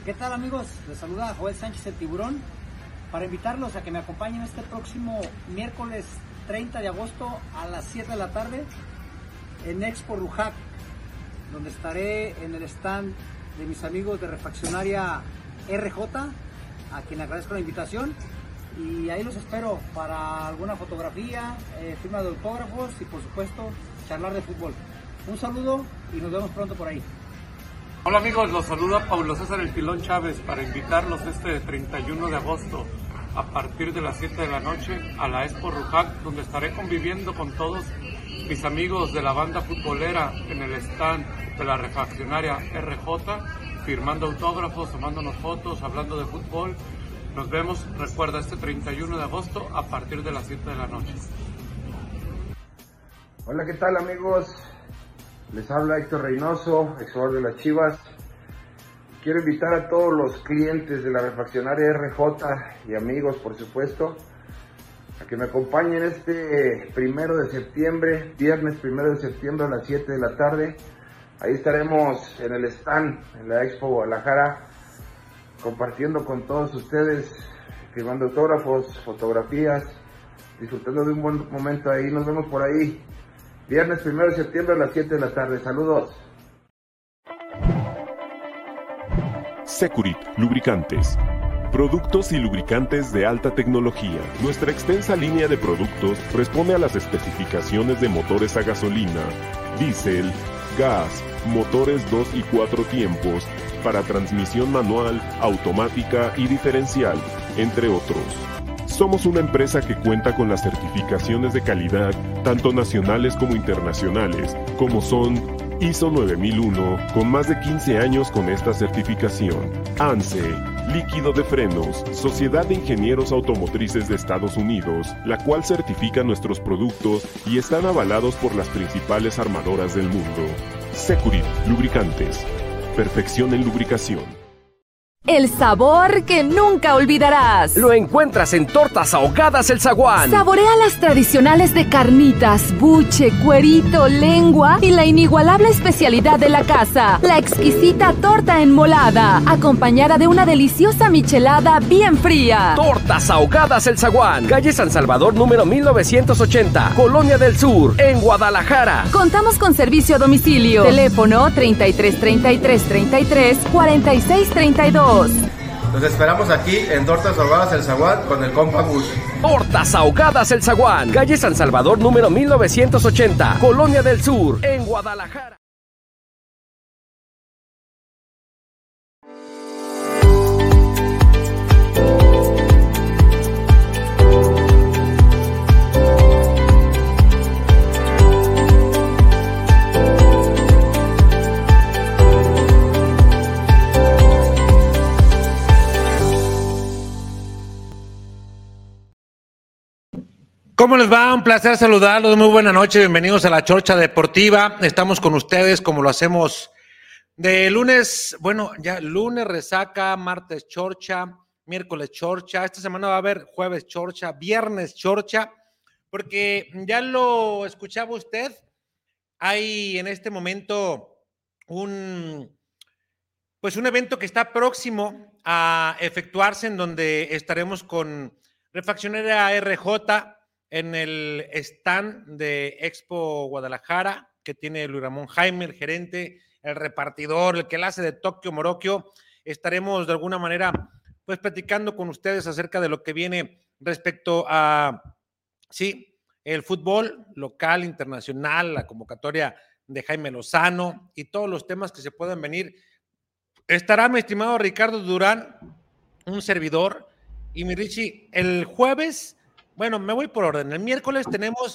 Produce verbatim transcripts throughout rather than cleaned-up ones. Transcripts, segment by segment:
¿Qué tal, amigos? Les saluda Joel Sánchez el Tiburón para invitarlos a que me acompañen este próximo miércoles treinta de agosto a las siete de la tarde en Expo Rujac, donde estaré en el stand de mis amigos de Refaccionaria R J, a quien agradezco la invitación, y ahí los espero para alguna fotografía, eh, firma de autógrafos y por supuesto charlar de fútbol. Un saludo y nos vemos pronto por ahí. Hola amigos, los saluda Paulo César El Pilón Chávez para invitarlos este treinta y uno de agosto a partir de las siete de la noche a la Expo Rujac, donde estaré conviviendo con todos mis amigos de la banda futbolera en el stand de la Refaccionaria R J, firmando autógrafos, tomándonos fotos, hablando de fútbol. Nos vemos, recuerda, este treinta y uno de agosto a partir de las siete de la noche. Hola, ¿qué tal amigos? Les habla Héctor Reynoso, exjugador de las Chivas. Quiero invitar a todos los clientes de la Refaccionaria R J y amigos, por supuesto, a que me acompañen este primero de septiembre, viernes primero de septiembre a las siete de la tarde. Ahí estaremos en el stand, en la Expo Guadalajara, compartiendo con todos ustedes, firmando autógrafos, fotografías, disfrutando de un buen momento ahí. Nos vemos por ahí. Viernes primero de septiembre a las siete de la tarde. Saludos. Securit Lubricantes. Productos y lubricantes de alta tecnología. Nuestra extensa línea de productos responde a las especificaciones de motores a gasolina, diésel, gas, motores dos y cuatro tiempos, para transmisión manual, automática y diferencial, entre otros. Somos una empresa que cuenta con las certificaciones de calidad, tanto nacionales como internacionales, como son I S O nueve mil uno, con más de quince años con esta certificación. ANSE, Líquido de Frenos, Sociedad de Ingenieros Automotrices de Estados Unidos, la cual certifica nuestros productos y están avalados por las principales armadoras del mundo. Securit Lubricantes. Perfección en lubricación. El sabor que nunca olvidarás lo encuentras en Tortas Ahogadas El Zaguán. Saborea las tradicionales de carnitas, buche, cuerito, lengua y la inigualable especialidad de la casa, la exquisita torta enmolada, acompañada de una deliciosa michelada bien fría. Tortas Ahogadas El Zaguán, calle San Salvador número mil novecientos ochenta, Colonia del Sur, en Guadalajara. Contamos con servicio a domicilio. Teléfono treinta y tres, treinta y tres, treinta y tres, cuarenta y seis, treinta y dos. Los esperamos aquí en Tortas Ahogadas El Zaguán con el compa Gus. Tortas Ahogadas El Zaguán, calle San Salvador número mil novecientos ochenta, Colonia del Sur, en Guadalajara. ¿Cómo les va? Un placer saludarlos, muy buena noche, bienvenidos a la Chorcha Deportiva. Estamos con ustedes como lo hacemos de lunes, bueno, ya lunes resaca, martes Chorcha, miércoles Chorcha, esta semana va a haber jueves Chorcha, viernes Chorcha, porque ya lo escuchaba usted, hay en este momento un, pues un evento que está próximo a efectuarse en donde estaremos con Refaccionaria R J, en el stand de Expo Guadalajara, que tiene Luis Ramón Jaime, el gerente, el repartidor, el que la hace de Tokio Morokio. Estaremos de alguna manera pues platicando con ustedes acerca de lo que viene respecto a, sí, el fútbol local, internacional, la convocatoria de Jaime Lozano y todos los temas que se puedan venir. Estará mi estimado Ricardo Durán, un servidor, y mi Richie, el jueves. Bueno, me voy por orden. El miércoles tenemos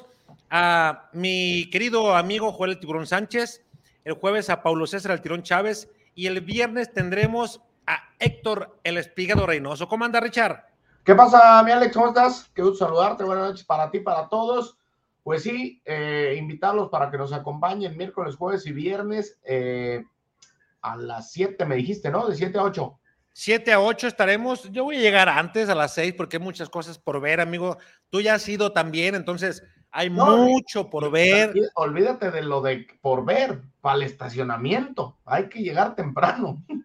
a mi querido amigo Joel el Tiburón Sánchez, el jueves a Paulo César el Tirón Chávez y el viernes tendremos a Héctor el Espigado Reynoso. ¿Cómo anda, Richard? ¿Qué pasa, mi Alex? ¿Cómo estás? Qué gusto saludarte. Buenas noches para ti, para todos. Pues sí, eh, invitarlos para que nos acompañen miércoles, jueves y viernes eh, a las siete, me dijiste, ¿no? De siete a ocho. siete a ocho estaremos. Yo voy a llegar antes, a las seis, porque hay muchas cosas por ver, amigo. Tú ya has ido también, entonces hay no, mucho por ver. Olvídate de lo de por ver, para el estacionamiento. Hay que llegar temprano.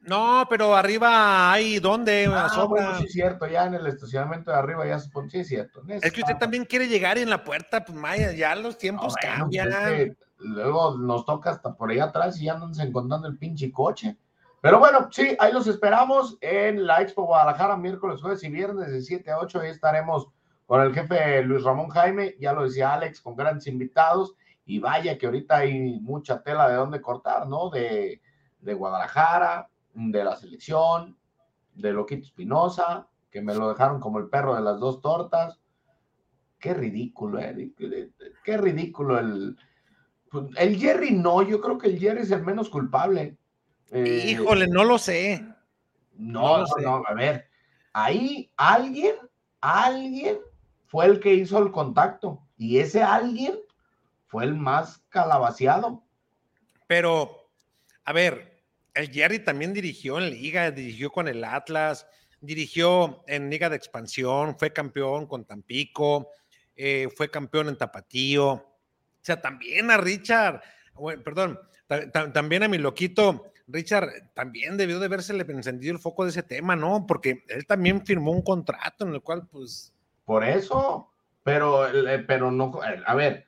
No, pero arriba hay donde Ah, sobra. bueno, sí es cierto, ya en el estacionamiento de arriba ya se pone, sí es cierto. Es que usted también quiere llegar en la puerta, pues Maya, ya los tiempos No, bueno, cambian. pues es que luego nos toca hasta por allá atrás y ya andan encontrando el pinche coche. Pero bueno, sí, ahí los esperamos en la Expo Guadalajara, miércoles, jueves y viernes de siete a ocho. Ahí estaremos con el jefe Luis Ramón Jaime, ya lo decía Alex, con grandes invitados. Y vaya que ahorita hay mucha tela de dónde cortar, ¿no? De, de Guadalajara, de la selección, de Loquito Espinosa, que me lo dejaron como el perro de las dos tortas. Qué ridículo, ¿eh? Qué ridículo el... El Jerry no, yo creo que el Jerry es el menos culpable. Eh, Híjole, no lo sé. No, no, no, sé. no, a ver, ahí alguien, alguien fue el que hizo el contacto y ese alguien fue el más calabaceado. Pero, a ver, el Jerry también dirigió en Liga, dirigió con el Atlas, dirigió en Liga de Expansión, fue campeón con Tampico, eh, fue campeón en Tapatío. O sea, también a Richard, bueno, perdón, también a mi loquito, Richard, también debió de habérsele encendido el foco de ese tema, ¿no? Porque él también firmó un contrato en el cual, pues... Por eso, pero, pero no, a ver,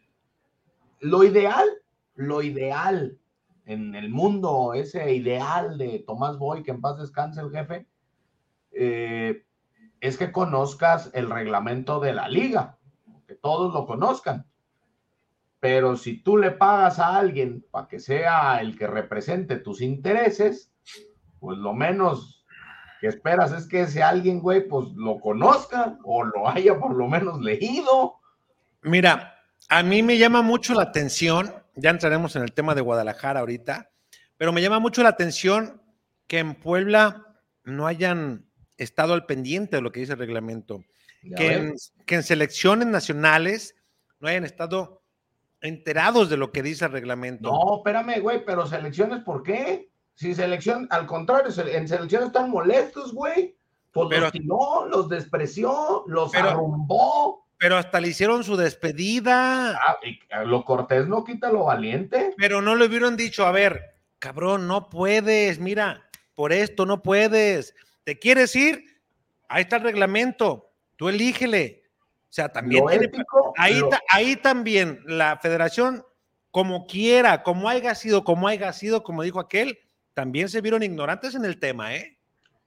lo ideal, lo ideal en el mundo, ese ideal de Tomás Boy, que en paz descanse el jefe, eh, es que conozcas el reglamento de la liga, que todos lo conozcan. Pero si tú le pagas a alguien para que sea el que represente tus intereses, pues lo menos que esperas es que ese alguien, güey, pues lo conozca o lo haya por lo menos leído. Mira, a mí me llama mucho la atención, ya entraremos en el tema de Guadalajara ahorita, pero me llama mucho la atención que en Puebla no hayan estado al pendiente de lo que dice el reglamento, que en, que en selecciones nacionales no hayan estado enterados de lo que dice el reglamento. No, espérame, güey, pero selecciones, ¿por qué? Si selección, al contrario, en selecciones están molestos, güey. Pues pero, los tiró, los despreció, los pero, arrumbó. Pero hasta le hicieron su despedida. Ah, y lo cortés no quita lo valiente. Pero no le hubieran dicho, a ver, cabrón, no puedes, mira, por esto no puedes. ¿Te quieres ir? Ahí está el reglamento, tú elígele. O sea, también tiene, ético, ahí, lo... ahí también la federación, como quiera, como haya sido, como haya sido, como dijo aquel, también se vieron ignorantes en el tema, ¿eh?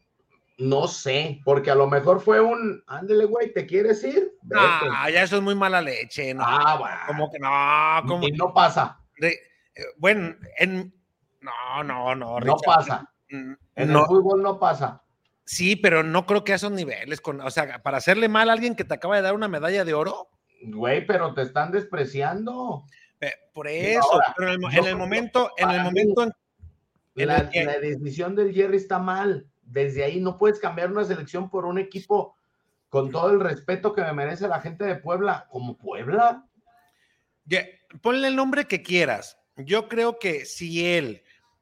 No sé, porque a lo mejor fue un, ándale, güey, ¿te quieres ir? Vete. Ah, ya eso es muy mala leche, ¿no? Ah, bueno. Como que no, como... Y no pasa. De, eh, bueno, en... No, no, no, Richard. No pasa. En no. el fútbol no pasa. Sí, pero no creo que a esos niveles, con, o sea, para hacerle mal a alguien que te acaba de dar una medalla de oro. Güey, pero te están despreciando. Eh, por eso, ahora, pero en el, en el momento, en el momento en, en la, el que... la decisión del Jerry está mal. Desde ahí no puedes cambiar una selección por un equipo con todo el respeto que me merece la gente de Puebla, como Puebla. Yeah, ponle el nombre que quieras. Yo creo que si él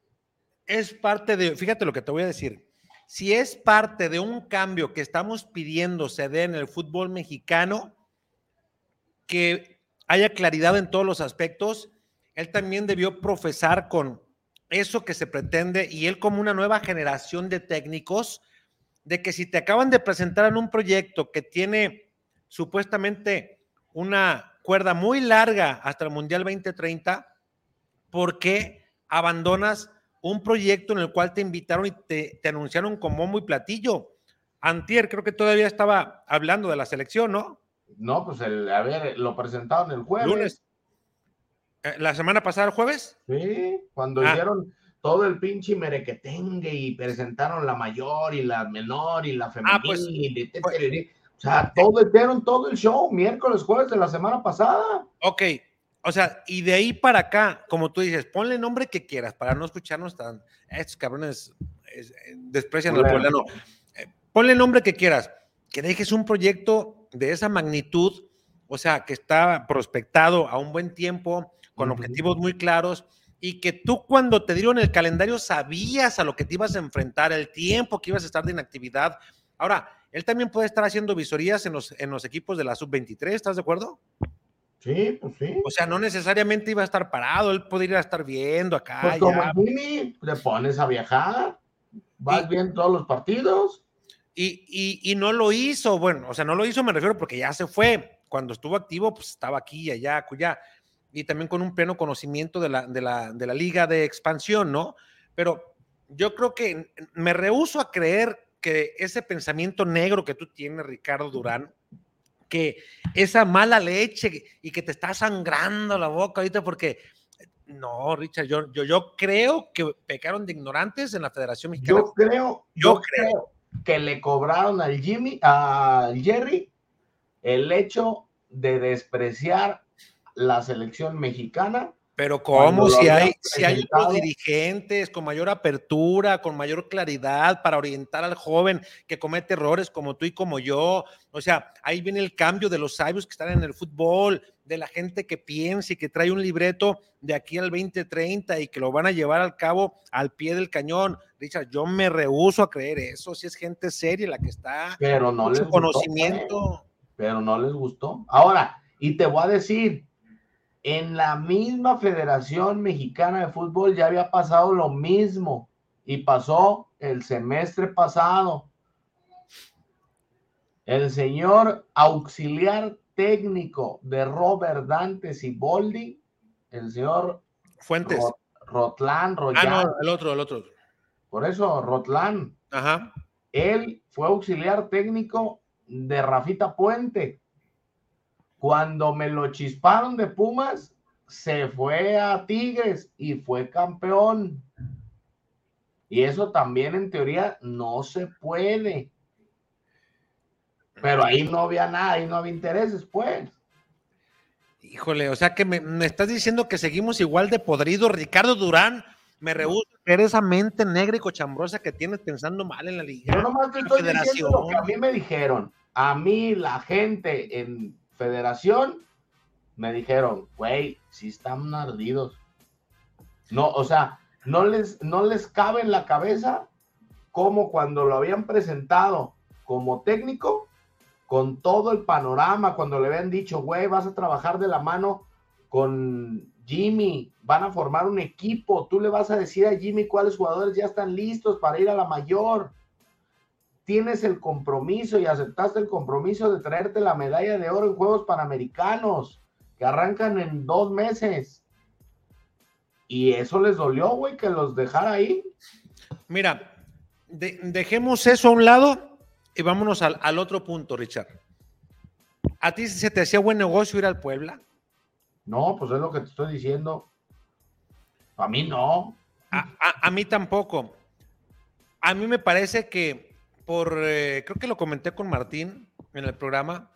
es parte de, fíjate lo que te voy a decir, si es parte de un cambio que estamos pidiendo se dé en el fútbol mexicano, que haya claridad en todos los aspectos, él también debió profesar con eso que se pretende, y él como una nueva generación de técnicos, de que si te acaban de presentar en un proyecto que tiene supuestamente una cuerda muy larga hasta el Mundial veinte treinta, ¿por qué abandonas un proyecto en el cual te invitaron y te, te anunciaron con bombo y platillo? Antier creo que todavía estaba hablando de la selección, ¿no? No, pues el, a ver, lo presentaron el jueves. Lunes. ¿La semana pasada, el jueves? Sí, cuando ah. hicieron todo el pinche merequetengue y presentaron la mayor y la menor y la femenina. Ah, pues, y te, te, te, te, o sea, todo, hicieron todo el show, miércoles, jueves de la semana pasada. Ok, o sea, y de ahí para acá, como tú dices, ponle nombre que quieras para no escucharnos tan, estos cabrones es, desprecian al poblano. Eh, ponle nombre que quieras, que dejes un proyecto de esa magnitud, o sea, que está prospectado a un buen tiempo, con uh-huh. objetivos muy claros, y que tú cuando te dieron el calendario sabías a lo que te ibas a enfrentar, el tiempo que ibas a estar de inactividad. Ahora, él también puede estar haciendo visorías en los, en los equipos de la sub veintitrés, ¿estás de acuerdo? Sí, pues sí. O sea, no necesariamente iba a estar parado, él podría estar viendo acá. Pues como Jimmy, le pones a viajar. vas y, bien todos los partidos. Y, y, y no lo hizo, bueno, o sea, no lo hizo, me refiero porque ya se fue. Cuando estuvo activo, pues estaba aquí, allá, acullá. Y también con un pleno conocimiento de la, de la, de la liga de expansión, ¿no? Pero yo creo que me rehúso a creer que ese pensamiento negro que tú tienes, Ricardo Durán, que esa mala leche y que te está sangrando la boca ahorita porque... No, Richard, yo, yo, yo creo que pecaron de ignorantes en la Federación Mexicana. Yo creo, yo, yo creo. creo que le cobraron al Jimmy, al Jerry, el hecho de despreciar la selección mexicana. Pero ¿cómo? Si hay, si hay otros dirigentes con mayor apertura, con mayor claridad para orientar al joven que comete errores como tú y como yo. O sea, ahí viene el cambio de los sabios que están en el fútbol, de la gente que piensa y que trae un libreto de aquí al veinte treinta y que lo van a llevar al cabo al pie del cañón. Richard, yo me rehúso a creer eso, si es gente seria la que está, pero no les conocimiento. Gustó, pero no les gustó. Ahora, y te voy a decir, en la misma Federación Mexicana de Fútbol ya había pasado lo mismo y pasó el semestre pasado. El señor auxiliar técnico de Robert Dante Siboldi, el señor Fuentes. Rot, Rotlán, Royal. Ah, no, el otro, el otro. Por eso, Rotlán. Ajá. Él fue auxiliar técnico de Rafita Puente. Cuando me lo chisparon de Pumas, se fue a Tigres y fue campeón. Y eso también en teoría no se puede. Pero ahí no había nada, ahí no había intereses, pues. Híjole, o sea que me, me estás diciendo que seguimos igual de podrido. Ricardo Durán, me rehúso a ver esa mente negra y cochambrosa que tienes pensando mal en la liga. Yo nomás te estoy diciendo lo que a mí me dijeron. A mí la gente en Federación me dijeron, güey, sí están ardidos. No, o sea, no les, no les cabe en la cabeza como cuando lo habían presentado como técnico, con todo el panorama, cuando le habían dicho, güey, vas a trabajar de la mano con Jimmy, van a formar un equipo, tú le vas a decir a Jimmy cuáles jugadores ya están listos para ir a la mayor. Tienes el compromiso y aceptaste el compromiso de traerte la medalla de oro en Juegos Panamericanos, que arrancan en dos meses. Y eso les dolió, güey, que los dejara ahí. Mira, de, dejemos eso a un lado y vámonos al, al otro punto, Richard. ¿A ti se te hacía buen negocio ir al Puebla? No, pues es lo que te estoy diciendo. A mí no. A, a, a mí tampoco. A mí me parece que por, eh, creo que lo comenté con Martín en el programa,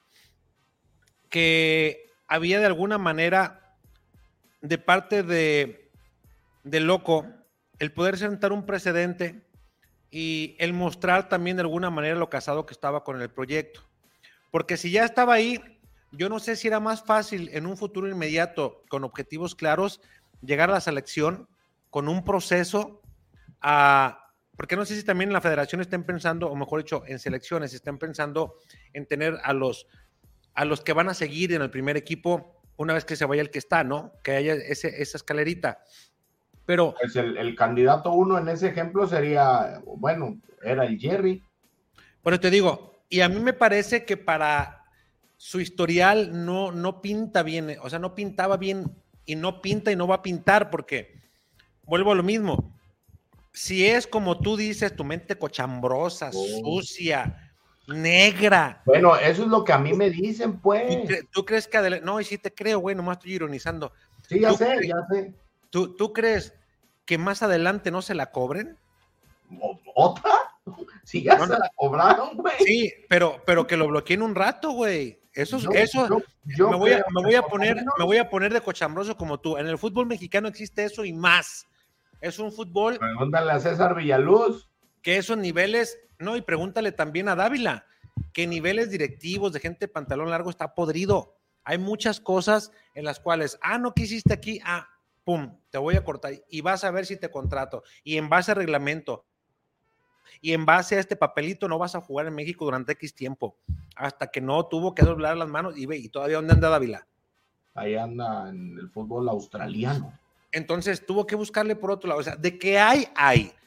que había de alguna manera de parte de, de Loco el poder sentar un precedente y el mostrar también de alguna manera lo casado que estaba con el proyecto. Porque si ya estaba ahí, yo no sé si era más fácil en un futuro inmediato, con objetivos claros, llegar a la selección con un proceso a... Porque no sé si también en la federación estén pensando, o mejor dicho, en selecciones, estén pensando en tener a los, a los que van a seguir en el primer equipo una vez que se vaya el que está, ¿no? Que haya ese, esa escalerita. Pero... Pues el, el candidato uno en ese ejemplo sería, bueno, era el Jerry. Bueno, te digo, y a mí me parece que para su historial no, no pinta bien, o sea, no pintaba bien y no pinta y no va a pintar porque, vuelvo a lo mismo, si es como tú dices, tu mente cochambrosa, oh. sucia, negra. Bueno, eso es lo que a mí me dicen, pues. ¿Tú, cre ¿tú crees que Adela no, y sí te creo, güey, nomás estoy ironizando. Sí, ya sé, ya sé. ¿tú, ¿Tú crees que más adelante no se la cobren? ¿Otra? Sí, ya no, se la cobraron, güey. Sí, pero, pero que lo bloqueen un rato, güey. Eso, yo, eso yo, yo me, voy a, me voy a poner, no. me voy a poner de cochambroso como tú. En el fútbol mexicano existe eso y más. Es un fútbol. Pregúntale a César Villaluz. Que esos niveles, no, y pregúntale también a Dávila, que niveles directivos de gente de pantalón largo está podrido. Hay muchas cosas en las cuales, ah, no quisiste aquí, ah, pum, te voy a cortar y vas a ver si te contrato. Y en base a reglamento y en base a este papelito no vas a jugar en México durante X tiempo. Hasta que no tuvo que doblar las manos y ve, y todavía ¿dónde anda Dávila? Ahí anda en el fútbol australiano. Entonces tuvo que buscarle por otro lado. O sea, de que hay, hay.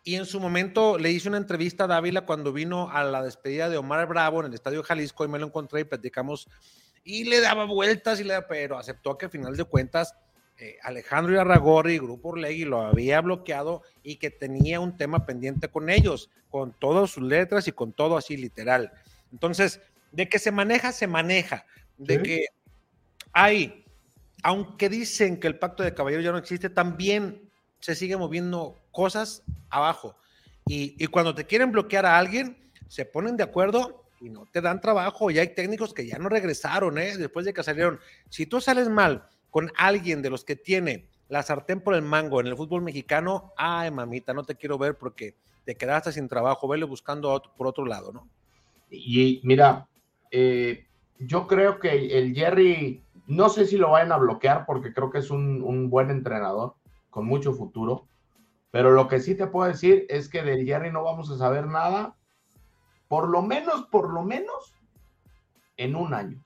y en su momento le hice una entrevista a Dávila cuando vino a la despedida de Omar Bravo en el Estadio Jalisco, y me lo encontré y platicamos, y le daba vueltas, y le, pero aceptó que al final de cuentas eh, Alejandro Irarrágorri y Grupo Orlegui lo había bloqueado y que tenía un tema pendiente con ellos, con todas sus letras y con todo así literal. Entonces, de que se maneja, se maneja, de ¿sí? que hay, aunque dicen que el pacto de caballeros ya no existe, también se sigue moviendo cosas abajo, y, y cuando te quieren bloquear a alguien, se ponen de acuerdo y no te dan trabajo, y hay técnicos que ya no regresaron, ¿eh? Después de que salieron. Si tú sales mal con alguien de los que tiene la sartén por el mango en el fútbol mexicano, ay mamita, no te quiero ver porque te quedaste sin trabajo, vele buscando otro, por otro lado, ¿no? Y mira, eh, yo creo que el Jerry, no sé si lo vayan a bloquear porque creo que es un, un buen entrenador con mucho futuro, pero lo que sí te puedo decir es que del Jerry no vamos a saber nada, por lo menos, por lo menos, en un año.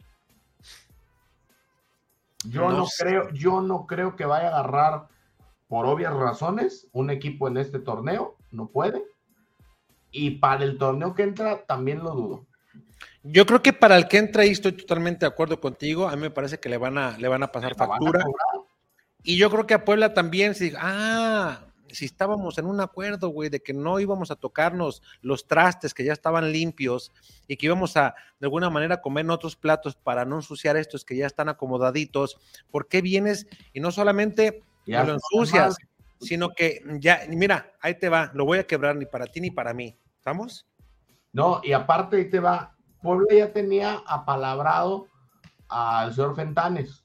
Yo no, no creo, yo no creo que vaya a agarrar, por obvias razones, un equipo en este torneo, no puede, y para el torneo que entra también lo dudo. Yo creo que para el que entra, y estoy totalmente de acuerdo contigo, a mí me parece que le van a, le van a pasar factura. Y yo creo que a Puebla también, si, ah, si estábamos en un acuerdo, güey, de que no íbamos a tocarnos los trastes que ya estaban limpios y que íbamos a, de alguna manera, comer en otros platos para no ensuciar estos que ya están acomodaditos, ¿por qué vienes y no solamente ya lo ensucias, sino que ya, mira, ahí te va, lo voy a quebrar ni para ti ni para mí, ¿estamos? No, y aparte ahí te va, Puebla ya tenía apalabrado al señor Fentanes.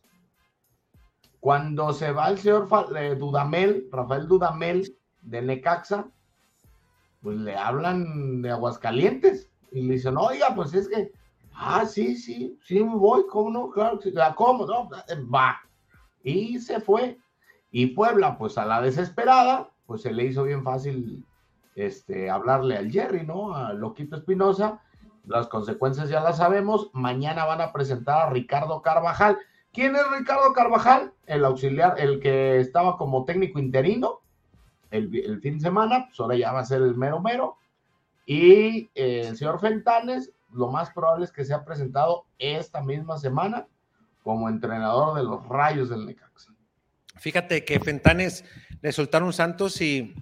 Cuando se va el señor Dudamel, Rafael Dudamel de Necaxa, pues le hablan de Aguascalientes y le dicen, oiga, pues es que, ah, sí, sí, sí me voy, ¿cómo no? Claro, ¿cómo? No, va. Y se fue. Y Puebla, pues a la desesperada, pues se le hizo bien fácil este, hablarle al Jerry, ¿no? A Loquito Espinosa. Las consecuencias ya las sabemos. Mañana van a presentar a Ricardo Carvajal. ¿Quién es Ricardo Carvajal? El auxiliar, el que estaba como técnico interino el, el fin de semana, pues ahora ya va a ser el mero mero. Y eh, el señor Fentanes, lo más probable es que sea presentado esta misma semana como entrenador de los Rayos del Necaxa. Fíjate que Fentanes le soltaron Santos y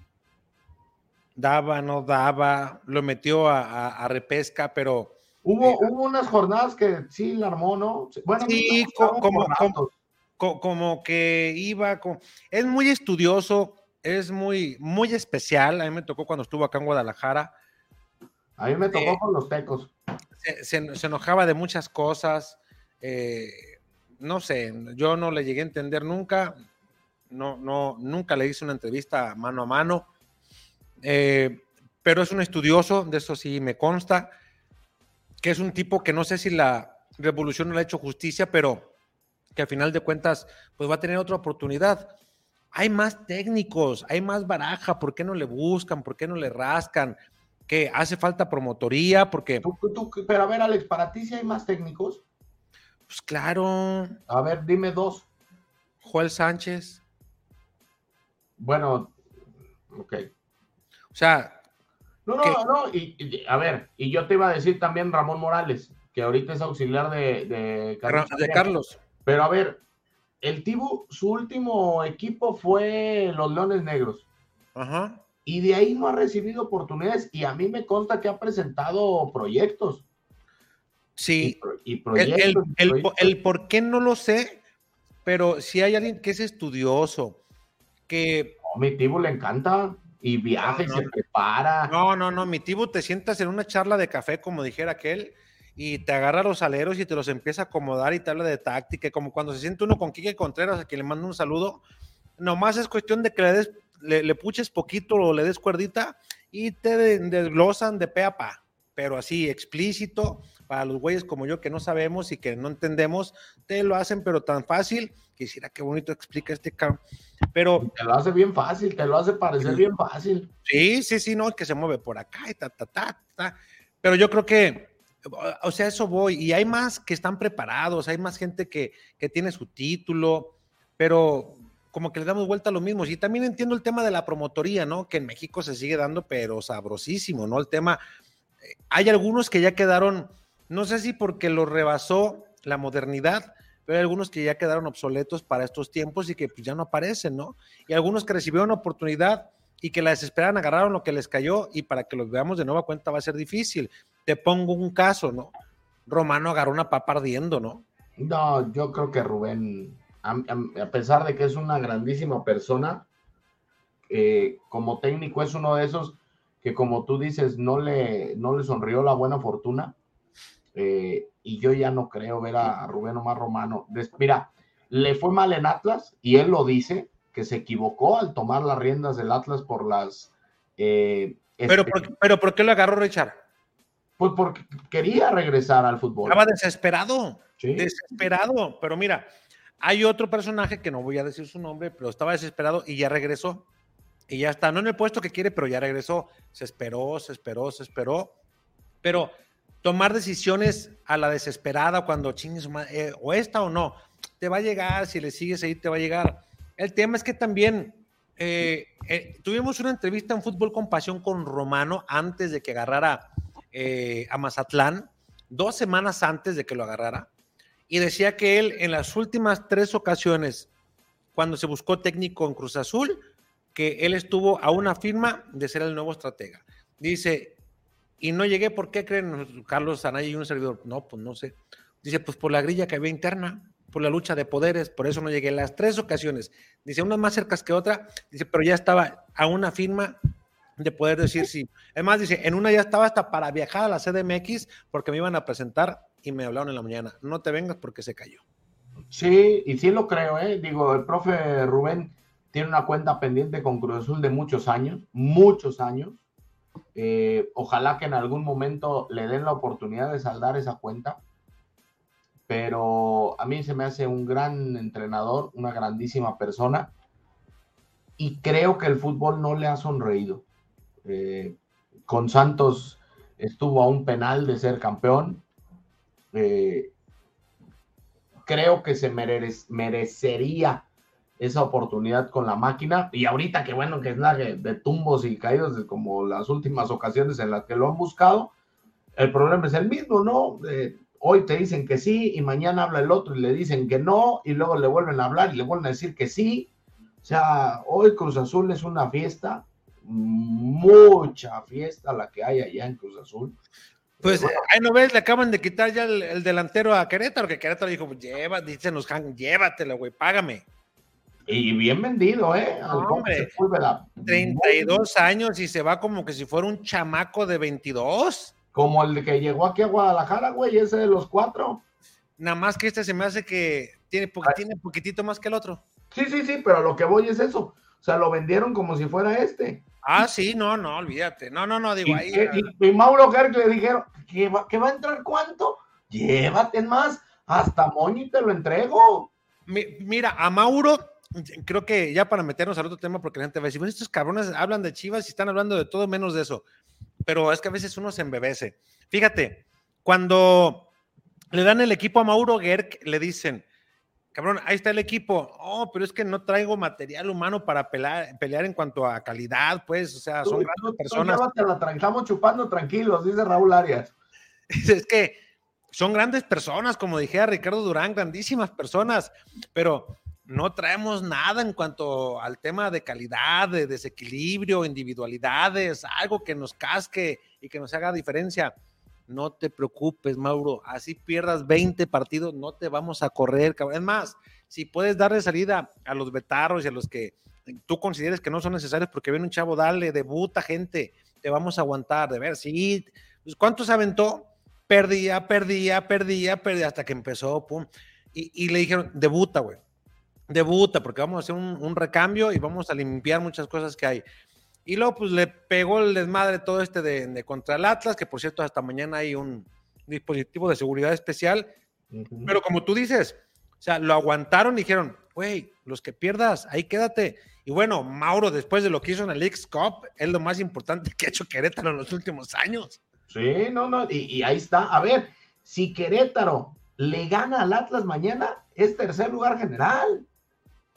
daba, no daba, lo metió a, a, a repesca, pero... Hubo, eh, hubo unas jornadas que sí la armó, ¿no? Bueno, sí, como, como, como, como que iba, como, es muy estudioso, es muy, muy especial. A mí me tocó cuando estuvo acá en Guadalajara. A mí me tocó eh, con los Tecos. Se, se, se enojaba de muchas cosas, eh, no sé, yo no le llegué a entender nunca, no, no, nunca le hice una entrevista mano a mano, eh, pero es un estudioso, de eso sí me consta, que es un tipo que no sé si la revolución no le ha hecho justicia, pero que al final de cuentas pues va a tener otra oportunidad. Hay más técnicos, hay más baraja, ¿por qué no le buscan? ¿Por qué no le rascan? ¿Que hace falta promotoría? Porque... ¿Tú, tú, pero a ver, Alex, ¿para ti sí hay más técnicos? Pues claro. A ver, dime dos. Joel Sánchez. Bueno, ok. O sea... No, no, no, no. Y, y, a ver, y yo te iba a decir también Ramón Morales, que ahorita es auxiliar de, de, Carlos, de Carlos. Pero a ver, el Tibu, su último equipo fue los Leones Negros. Ajá. Y de ahí no ha recibido oportunidades, y a mí me consta que ha presentado proyectos. Sí, y, y proyectos, el, el, y proyectos. El, el por qué no lo sé, pero si hay alguien que es estudioso, que... No, mi Tibu le encanta. Y viaja y no, no, se prepara. No, no, no, mi Tibu te sientas en una charla de café, como dijera aquel, y te agarra los aleros y te los empieza a acomodar y te habla de táctica, como cuando se siente uno con Quique Contreras, a quien le manda un saludo. Nomás es cuestión de que le des, le, le puches poquito o le des cuerdita y te desglosan de pe a pa, pero así explícito, para los güeyes como yo que no sabemos y que no entendemos, te lo hacen pero tan fácil. Quisiera qué bonito explica este cabrón, pero... Te lo hace bien fácil, te lo hace parecer sí, bien fácil. Sí, sí, sí, no, que se mueve por acá y ta, ta, ta, ta, pero yo creo que, o sea, eso voy, y hay más que están preparados, hay más gente que, que tiene su título, pero como que le damos vuelta a lo mismo. Y también entiendo el tema de la promotoría, ¿no? Que en México se sigue dando, pero sabrosísimo, ¿no? El tema, eh, hay algunos que ya quedaron, no sé si porque lo rebasó la modernidad, pero hay algunos que ya quedaron obsoletos para estos tiempos y que pues ya no aparecen, ¿no? Y algunos que recibieron oportunidad y que la desesperaron, agarraron lo que les cayó y para que los veamos de nueva cuenta va a ser difícil. Te pongo un caso, ¿no? Romano agarró una papa ardiendo, ¿no? No, yo creo que Rubén, a, a, a pesar de que es una grandísima persona, eh, como técnico es uno de esos que, como tú dices, no le, no le sonrió la buena fortuna. Eh, y yo ya no creo ver a, a Rubén Omar Romano. Des, mira, le fue mal en Atlas y él lo dice, que se equivocó al tomar las riendas del Atlas por las... Eh, pero, por, pero ¿por qué lo agarró Richard? Pues porque quería regresar al fútbol. Estaba desesperado, ¿sí? Desesperado, pero mira, hay otro personaje que no voy a decir su nombre, pero estaba desesperado y ya regresó, y ya está, no en el puesto que quiere, pero ya regresó, se esperó, se esperó, se esperó, pero tomar decisiones a la desesperada cuando chingues, eh, o esta o no, te va a llegar, si le sigues ahí te va a llegar. El tema es que también eh, eh, tuvimos una entrevista en Fútbol con Pasión con Romano antes de que agarrara eh, a Mazatlán, dos semanas antes de que lo agarrara, y decía que él en las últimas tres ocasiones, cuando se buscó técnico en Cruz Azul, que él estuvo a una firma de ser el nuevo estratega. Dice, y no llegué, ¿por qué creen Carlos Anaya y un servidor? No, pues no sé. Dice, pues por la grilla que había interna, por la lucha de poderes, por eso no llegué. Las tres ocasiones, dice, una más cerca que otra, dice, pero ya estaba a una firma de poder decir sí. Además, dice, en una ya estaba hasta para viajar a la C D M X porque me iban a presentar y me hablaron en la mañana, no te vengas porque se cayó. Sí, y sí lo creo, ¿eh? Digo, el profe Rubén tiene una cuenta pendiente con Cruz Azul de muchos años, muchos años. Eh, ojalá que en algún momento le den la oportunidad de saldar esa cuenta, pero a mí se me hace un gran entrenador, una grandísima persona, y creo que el fútbol no le ha sonreído. Eh, con Santos estuvo a un penal de ser campeón. Eh, creo que se merece, merecería esa oportunidad con la máquina, y ahorita que bueno, que es la de, de tumbos y caídos de como las últimas ocasiones en las que lo han buscado, el problema es el mismo, ¿no? Eh, hoy te dicen que sí, y mañana habla el otro y le dicen que no, y luego le vuelven a hablar y le vuelven a decir que sí. O sea, hoy Cruz Azul es una fiesta, mucha fiesta la que hay allá en Cruz Azul. Pues bueno, ahí no ves, le acaban de quitar ya el, el delantero a Querétaro, que Querétaro dijo, lleva, dicen los Han, llévatelo, güey, págame. Y bien vendido, ¿eh? No, hombre, treinta y dos años y se va como que si fuera un chamaco de veintidós. Como el que llegó aquí a Guadalajara, güey, ese de los cuatro. Nada más que este se me hace que tiene, po tiene poquitito más que el otro. Sí, sí, sí, pero lo que voy es eso. O sea, lo vendieron como si fuera este. Ah, sí, no, no, olvídate. No, no, no, digo y, ahí. Y, y Mauro Gerg le dijeron, ¿que va, ¿que va a entrar cuánto? Llévate más, hasta Moñi te lo entrego. Mi, mira, a Mauro, creo que ya para meternos al otro tema, porque la gente va a decir, bueno, estos cabrones hablan de Chivas y están hablando de todo menos de eso. Pero es que a veces uno se embebece. Fíjate, cuando le dan el equipo a Mauro Gerg, le dicen, cabrón, ahí está el equipo. Oh, pero es que no traigo material humano para pelear, pelear en cuanto a calidad, pues, o sea, son tú, grandes tú, personas. Tú la estamos chupando tranquilos, dice Raúl Arias. Es que son grandes personas, como dijera Ricardo Durán, grandísimas personas, pero no traemos nada en cuanto al tema de calidad, de desequilibrio, individualidades, algo que nos casque y que nos haga diferencia. No te preocupes, Mauro, así pierdas veinte partidos, no te vamos a correr, cabrón. Es más, si puedes darle salida a los vetarros y a los que tú consideres que no son necesarios porque viene un chavo, dale, debuta gente, te vamos a aguantar, de ver, sí, pues, ¿cuántos aventó? Perdía, perdía, perdía, perdía, hasta que empezó, pum, y, y le dijeron, debuta, güey, debuta, porque vamos a hacer un, un recambio y vamos a limpiar muchas cosas que hay. Y luego pues le pegó el desmadre todo este de, de contra el Atlas, que por cierto hasta mañana hay un dispositivo de seguridad especial, uh-huh. Pero como tú dices, o sea, lo aguantaron y dijeron, güey, los que pierdas, ahí quédate. Y bueno, Mauro, después de lo que hizo en el Leagues Cup, es lo más importante que ha hecho Querétaro en los últimos años. Sí, no, no, y, y ahí está. A ver, si Querétaro le gana al Atlas mañana, es tercer lugar general.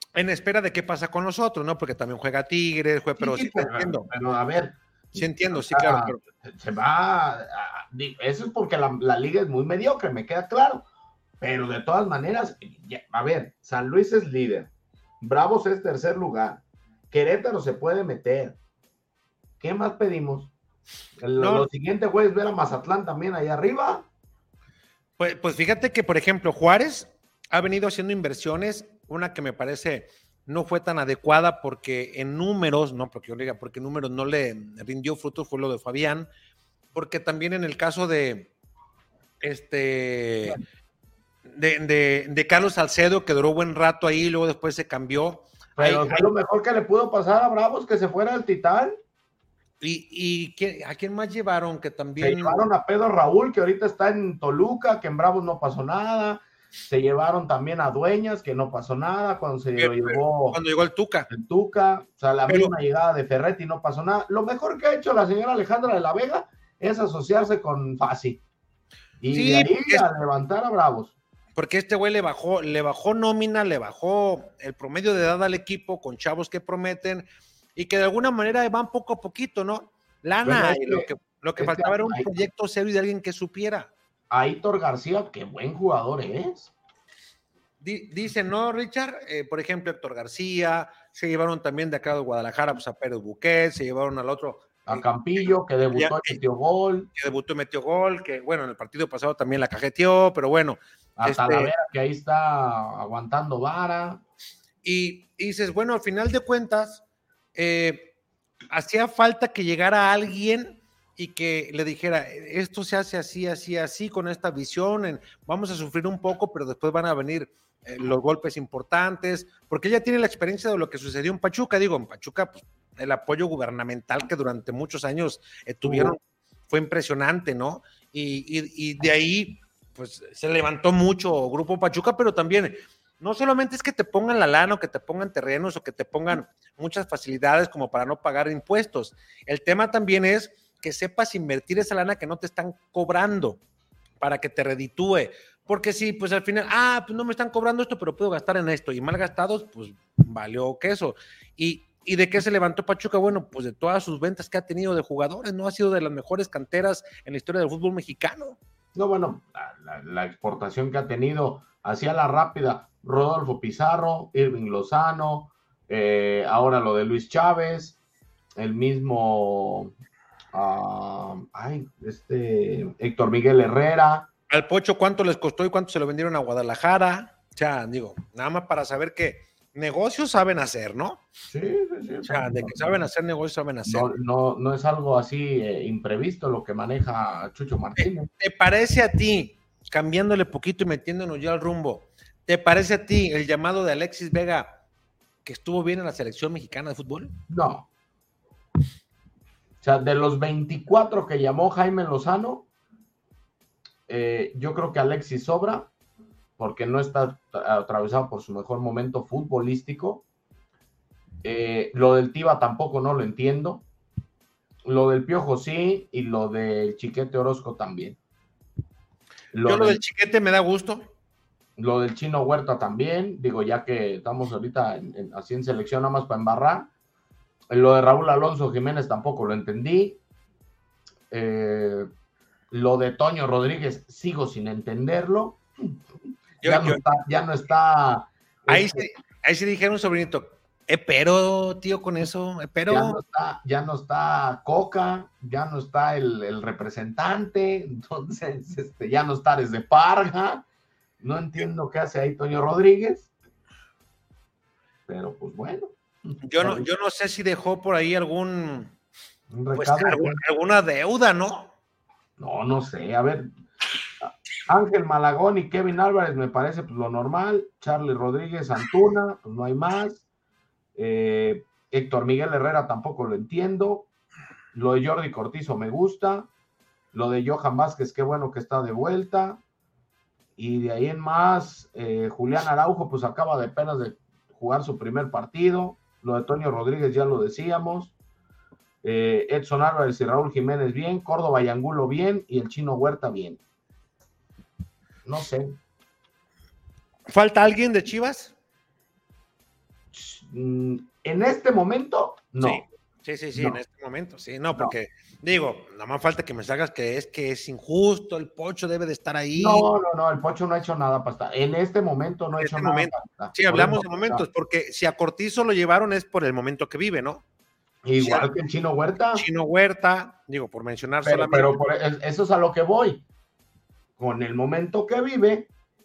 en espera de qué pasa con los otros, ¿no? Porque también juega Tigres, juega, pero sí, sí, sí, pero, entiendo. Pero a ver. Sí entiendo, sí, claro. Pero... Se va, a, eso es porque la, la liga es muy mediocre, me queda claro. Pero de todas maneras, ya, a ver, San Luis es líder, Bravos es tercer lugar, Querétaro se puede meter. ¿Qué más pedimos? El, no. Lo siguiente, güey, es ver a Mazatlán también ahí arriba. Pues, pues fíjate que, por ejemplo, Juárez ha venido haciendo inversiones, una que me parece no fue tan adecuada porque en números, no porque yo diga, porque en números no le rindió frutos, fue lo de Fabián, porque también en el caso de este de, de, de Carlos Salcedo, que duró buen rato ahí, luego después se cambió. Pero ahí, fue ahí, lo mejor que le pudo pasar a Bravos, que se fuera al Titán. ¿Y, y ¿quién, a quién más llevaron? Que también... Se llevaron a Pedro Raúl, que ahorita está en Toluca, que en Bravos no pasó nada. Se llevaron también a Dueñas, que no pasó nada cuando se pero, llegó... Cuando llegó el Tuca. El Tuca, o sea, la pero, misma llegada de Ferretti no pasó nada. Lo mejor que ha hecho la señora Alejandra de la Vega es asociarse con Fassi. Y sí, de ahí es, a levantar a Bravos. Porque este güey le bajó, le bajó nómina, le bajó el promedio de edad al equipo con chavos que prometen y que de alguna manera van poco a poquito, ¿no? Lana, bueno, es que, lo que, lo que faltaba era un ahí, proyecto serio y de alguien que supiera. Aitor García, qué buen jugador es. Dice, ¿no, Richard? Eh, por ejemplo, Héctor García, se llevaron también de acá de Guadalajara pues, a Pérez Buquet, se llevaron al otro... A Campillo, que debutó ya, y metió gol. Que debutó y metió gol, que bueno, en el partido pasado también la cajeteó, pero bueno. A este, Talavera, que ahí está aguantando vara. Y, y dices, bueno, al final de cuentas, eh, hacía falta que llegara alguien y que le dijera, esto se hace así, así, así, con esta visión, en, vamos a sufrir un poco, pero después van a venir eh, los golpes importantes, porque ella tiene la experiencia de lo que sucedió en Pachuca. Digo, en Pachuca, pues, el apoyo gubernamental que durante muchos años eh, tuvieron uh. fue impresionante, ¿no? Y, y, y de ahí, pues, se levantó mucho Grupo Pachuca, pero también, no solamente es que te pongan la lana o que te pongan terrenos o que te pongan muchas facilidades como para no pagar impuestos. El tema también es que sepas invertir esa lana que no te están cobrando para que te reditúe. Porque si, pues al final, ah, pues no me están cobrando esto, pero puedo gastar en esto. Y mal gastados, pues valió queso. Y ¿Y de qué se levantó Pachuca? Bueno, pues de todas sus ventas que ha tenido de jugadores, ¿no? Ha sido de las mejores canteras en la historia del fútbol mexicano. No, bueno, la, la, la exportación que ha tenido, hacia la rápida, Rodolfo Pizarro, Irving Lozano, eh, ahora lo de Luis Chávez, el mismo, uh, ay, este, Héctor Miguel Herrera. Al Pocho, ¿cuánto les costó y cuánto se lo vendieron a Guadalajara? O sea, digo, nada más para saber que negocios saben hacer, ¿no? Sí, sí, sí. O sea, de que saben hacer negocios, saben hacer. No, no, no es algo así eh, imprevisto lo que maneja Chucho Martínez. ¿Te, ¿Te parece a ti, cambiándole poquito y metiéndonos ya al rumbo, te parece a ti el llamado de Alexis Vega que estuvo bien en la selección mexicana de fútbol? No. O sea, de los veinticuatro que llamó Jaime Lozano, eh, yo creo que Alexis sobra, porque no está atravesado por su mejor momento futbolístico. Eh, lo del Tiva tampoco no lo entiendo. Lo del Piojo sí, y lo del Chiquete Orozco también. Lo Yo lo del, del Chiquete me da gusto. Lo del Chino Huerta también, digo, ya que estamos ahorita en, en, así en selección nada más para embarrar. Lo de Raúl Alonso Jiménez tampoco lo entendí. Eh, lo de Toño Rodríguez sigo sin entenderlo. Yo, ya, no yo, está, ya no está. Ahí, este, sí, ahí sí dijeron, sobrinito, eh, pero, tío, con eso, eh, pero. Ya no está, ya no está Coca, ya no está el, el representante, entonces este, ya no está desde Parga. No entiendo qué hace ahí Toño Rodríguez. Pero pues bueno. Yo no, yo no sé si dejó por ahí algún. Pues, algún alguna deuda, ¿no? No, no sé. A ver. Ángel Malagón y Kevin Álvarez me parece pues lo normal. Charlie Rodríguez, Antuna, pues no hay más. Eh, Héctor Miguel Herrera tampoco lo entiendo. Lo de Jordi Cortizo me gusta. Lo de Johan Vázquez, qué bueno que está de vuelta. Y de ahí en más, eh, Julián Araujo pues acaba de apenas de jugar su primer partido. Lo de Toño Rodríguez ya lo decíamos. Eh, Edson Álvarez y Raúl Jiménez bien. Córdoba y Angulo bien. Y el Chino Huerta bien. No sé. ¿Falta alguien de Chivas? mm, en este momento, no. Sí. Sí, sí, sí, no. en este momento, sí, no, porque no. digo, nada más falta que me salgas que es que es injusto, el Pocho debe de estar ahí. No, no, no, el Pocho no ha hecho nada para estar, en este momento no ha hecho este nada momento. para estar. Sí, hablamos de momentos, porque si a Cortizo lo llevaron es por el momento que vive, ¿no? Igual o sea, que el Chino Huerta. Chino Huerta, digo, por mencionar pero, solamente. Pero por, eso es a lo que voy. Con el momento que vive,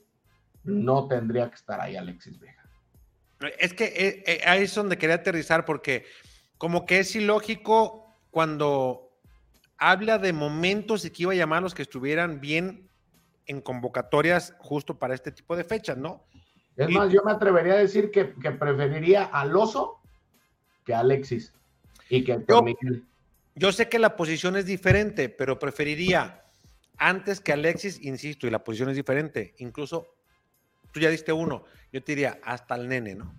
no tendría que estar ahí Alexis Vega. Es que eh, eh, ahí es donde quería aterrizar, porque como que es ilógico cuando habla de momentos y que iba a llamar a los que estuvieran bien en convocatorias justo para este tipo de fechas, ¿no? Es y, más, yo me atrevería a decir que, que preferiría al Oso que a Alexis y que yo, Miguel. Yo sé que la posición es diferente, pero preferiría antes que Alexis, insisto, y la posición es diferente. Incluso tú ya diste uno, yo te diría hasta el Nene, ¿no?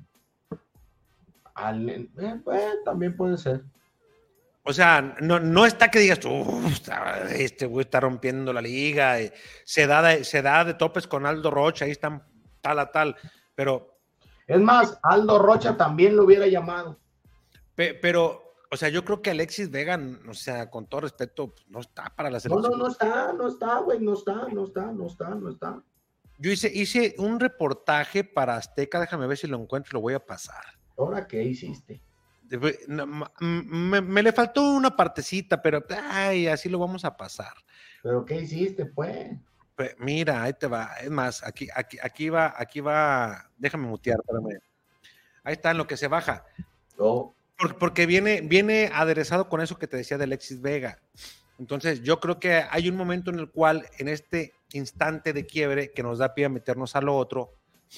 Al, eh, eh, también puede ser. O sea, no, no está que digas, este güey está rompiendo la liga, se da, de, se da de topes con Aldo Rocha, ahí están tal a tal, pero... Es más, Aldo Rocha también lo hubiera llamado. Pe, pero, o sea, yo creo que Alexis Vega, o sea, con todo respeto, no está para la selección. No, no, no está, no está, güey, no está, no está, no está, no está. Yo hice, hice un reportaje para Azteca, déjame ver si lo encuentro y lo voy a pasar. ¿Ahora qué hiciste? No, me, me le faltó una partecita, pero ay, así lo vamos a pasar. ¿Pero qué hiciste, pues? pues mira, ahí te va. Es más, aquí, aquí, aquí va, aquí va. Déjame mutear, espérame. Ahí está en lo que se baja. Oh. Porque, porque viene, viene aderezado con eso que te decía de Alexis Vega. Entonces, yo creo que hay un momento en el cual, en este instante de quiebre que nos da pie a meternos a lo otro.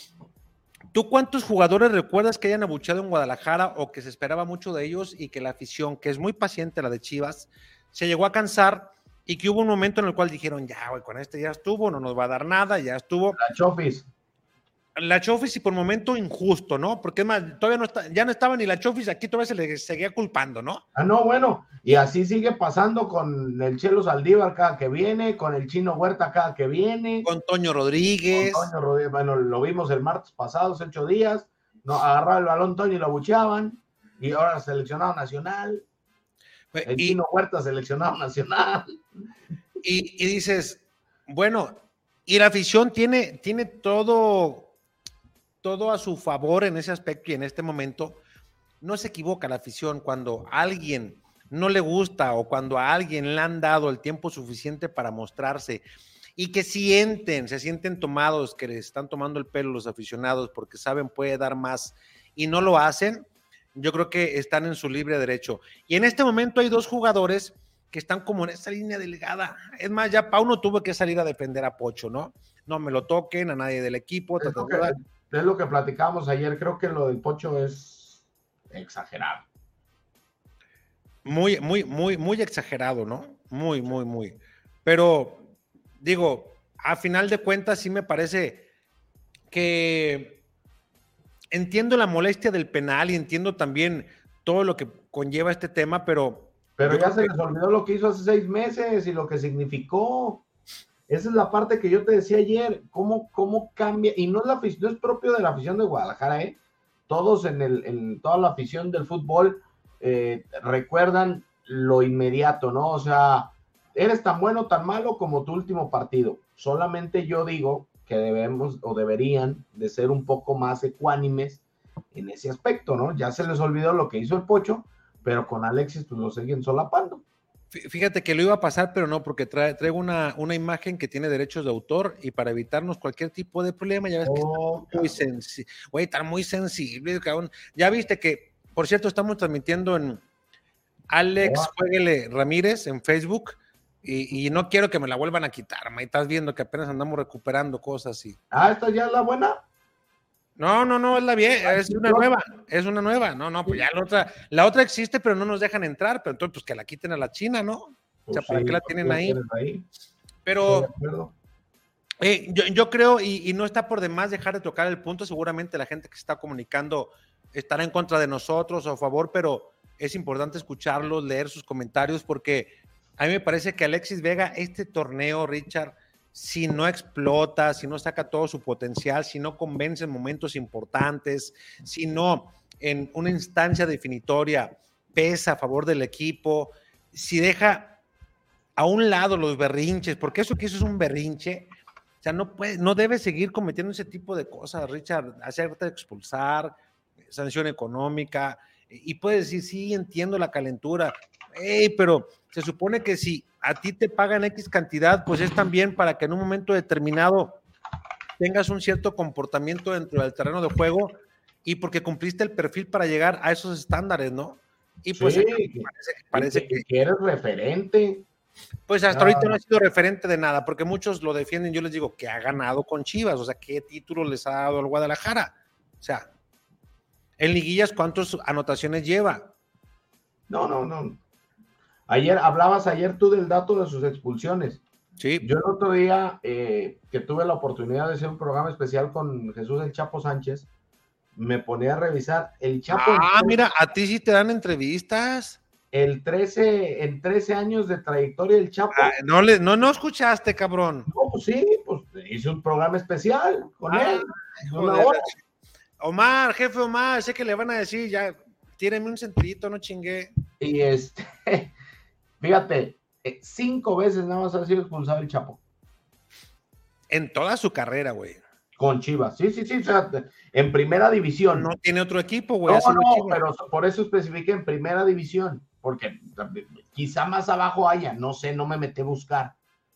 ¿Tú cuántos jugadores recuerdas que hayan abucheado en Guadalajara o que se esperaba mucho de ellos y que la afición, que es muy paciente la de Chivas, se llegó a cansar y que hubo un momento en el cual dijeron, ya, güey, con este ya estuvo, no nos va a dar nada, ya estuvo? La Chofis. La Chofis y por momento injusto, ¿no? Porque es más, todavía no está, ya no estaba ni la Chofis, aquí todavía se le seguía culpando, ¿no? Ah, no, bueno, y así sigue pasando con el Chelo Saldívar cada que viene, con el Chino Huerta cada que viene. Con Toño Rodríguez. Con Toño Rodríguez, bueno, lo vimos el martes pasado, hace ocho días, no, agarraba el balón Toño y lo abucheaban, y ahora seleccionado nacional. El y, Chino Huerta seleccionado nacional. Y, y dices, bueno, y la afición tiene, tiene todo... todo a su favor en ese aspecto y en este momento no se equivoca la afición cuando a alguien no le gusta o cuando a alguien le han dado el tiempo suficiente para mostrarse y que sienten, se sienten tomados, que les están tomando el pelo los aficionados porque saben puede dar más y no lo hacen, yo creo que están en su libre derecho. Y en este momento hay dos jugadores que están como en esa línea delgada. Es más, ya Pauno tuvo que salir a defender a Pocho, ¿no? No me lo toquen, a nadie del equipo. Es lo que, es lo que platicábamos ayer, creo que lo del Pocho es exagerado. Muy, muy, muy, muy exagerado, ¿no? Muy, muy, muy. Pero, digo, a final de cuentas sí me parece que entiendo la molestia del penal y entiendo también todo lo que conlleva este tema, pero... Pero ya se que... les olvidó lo que hizo hace seis meses y lo que significó. Esa es la parte que yo te decía ayer, cómo, cómo cambia, y no es, la, no es propio de la afición de Guadalajara, ¿eh? Todos en, el, en toda la afición del fútbol eh, recuerdan lo inmediato, ¿no? O sea, eres tan bueno, tan malo como tu último partido. Solamente yo digo que debemos o deberían de ser un poco más ecuánimes en ese aspecto, ¿no? Ya se les olvidó lo que hizo el Pocho, pero con Alexis pues lo siguen solapando. Fíjate que lo iba a pasar, pero no, porque trae, traigo una, una imagen que tiene derechos de autor y para evitarnos cualquier tipo de problema, ya ves que oh, está muy sensible, güey, está muy sensible, cabrón. Ya viste que, por cierto, estamos transmitiendo en Alex oh. Jueguele Ramírez en Facebook y, y no quiero que me la vuelvan a quitar, ma, estás viendo que apenas andamos recuperando cosas y... Ah, ¿esta ya es la buena? No, no, no, es la vieja, es una nueva, es una nueva, no, no, pues ya la otra, la otra existe, pero no nos dejan entrar, pero entonces pues que la quiten a la China, ¿no? O sea, ¿para qué la tienen ahí? ahí? Pero eh, yo, yo creo, y, y no está por demás dejar de tocar el punto, seguramente la gente que se está comunicando estará en contra de nosotros o a favor, pero es importante escucharlos, leer sus comentarios, porque a mí me parece que Alexis Vega, este torneo, Richard, si no explota, si no saca todo su potencial, si no convence en momentos importantes, si no en una instancia definitoria pesa a favor del equipo, si deja a un lado los berrinches, porque eso que eso es un berrinche, o sea, no puede, no debe seguir cometiendo ese tipo de cosas, Richard, hacerte expulsar, sanción económica, y puedes decir, sí, entiendo la calentura, hey, pero se supone que si a ti te pagan X cantidad, pues es también para que en un momento determinado tengas un cierto comportamiento dentro del terreno de juego y porque cumpliste el perfil para llegar a esos estándares, ¿no? Y pues sí, parece, parece que, que eres referente. Pues hasta ah. ahorita no ha sido referente de nada, porque muchos lo defienden. Yo les digo que ha ganado con Chivas, o sea, ¿qué título les ha dado al Guadalajara? O sea, en liguillas, ¿cuántas anotaciones lleva? No, no, no. Ayer, hablabas ayer tú del dato de sus expulsiones. Sí. Yo el otro día eh, que tuve la oportunidad de hacer un programa especial con Jesús el Chapo Sánchez, me ponía a revisar el Chapo. Ah, mira, a ti sí te dan entrevistas. El trece, en trece años de trayectoria del Chapo. Ah, no, le, no, no escuchaste, cabrón. No, pues sí, pues hice un programa especial con ah, él. Una hora. Omar, jefe Omar, sé que le van a decir, ya, tíreme un centrito, no chingué. Y este, fíjate, cinco veces nada más ha sido expulsado el Chapo. En toda su carrera, güey. Con Chivas, sí, sí, sí, o sea, en primera división. No tiene otro equipo, güey. No, no, pero por eso especifiqué en primera división, porque quizá más abajo haya, no sé, no me metí a buscar.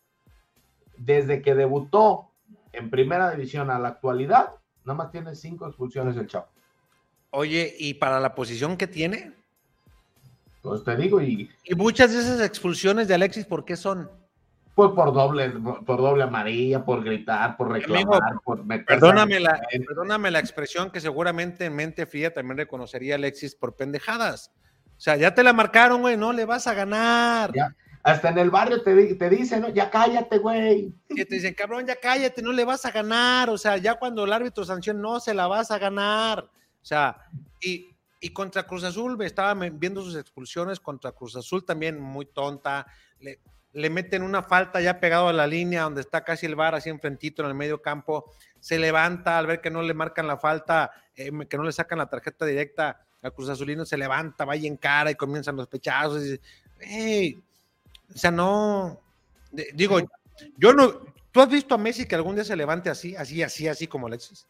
Desde que debutó en primera división a la actualidad, nada más tiene cinco expulsiones el Chapo. Oye, ¿y para la posición que tiene? Pues te digo, y... Y muchas de esas expulsiones de Alexis, ¿por qué son? Pues por doble, por doble amarilla, por gritar, por reclamar, Amigo, por perdóname la, perdóname la expresión que seguramente en mente fría también reconocería Alexis por pendejadas. O sea, ya te la marcaron, güey, no le vas a ganar. Ya, hasta en el barrio te, te dicen, ¿no? Ya cállate, güey. Y te dicen, cabrón, ya cállate, no le vas a ganar. O sea, ya cuando el árbitro sanciona, no se la vas a ganar. O sea, y, y contra Cruz Azul, me estaba viendo sus expulsiones contra Cruz Azul también muy tonta. Le, le meten una falta ya pegado a la línea donde está casi el V A R así enfrentito en el medio campo, se levanta al ver que no le marcan la falta, eh, que no le sacan la tarjeta directa al Cruz Azulino, se levanta, va y encara y comienzan los pechazos y dice, hey, o sea, no, de, digo, yo no, ¿tú has visto a Messi que algún día se levante así, así, así, así como Alexis?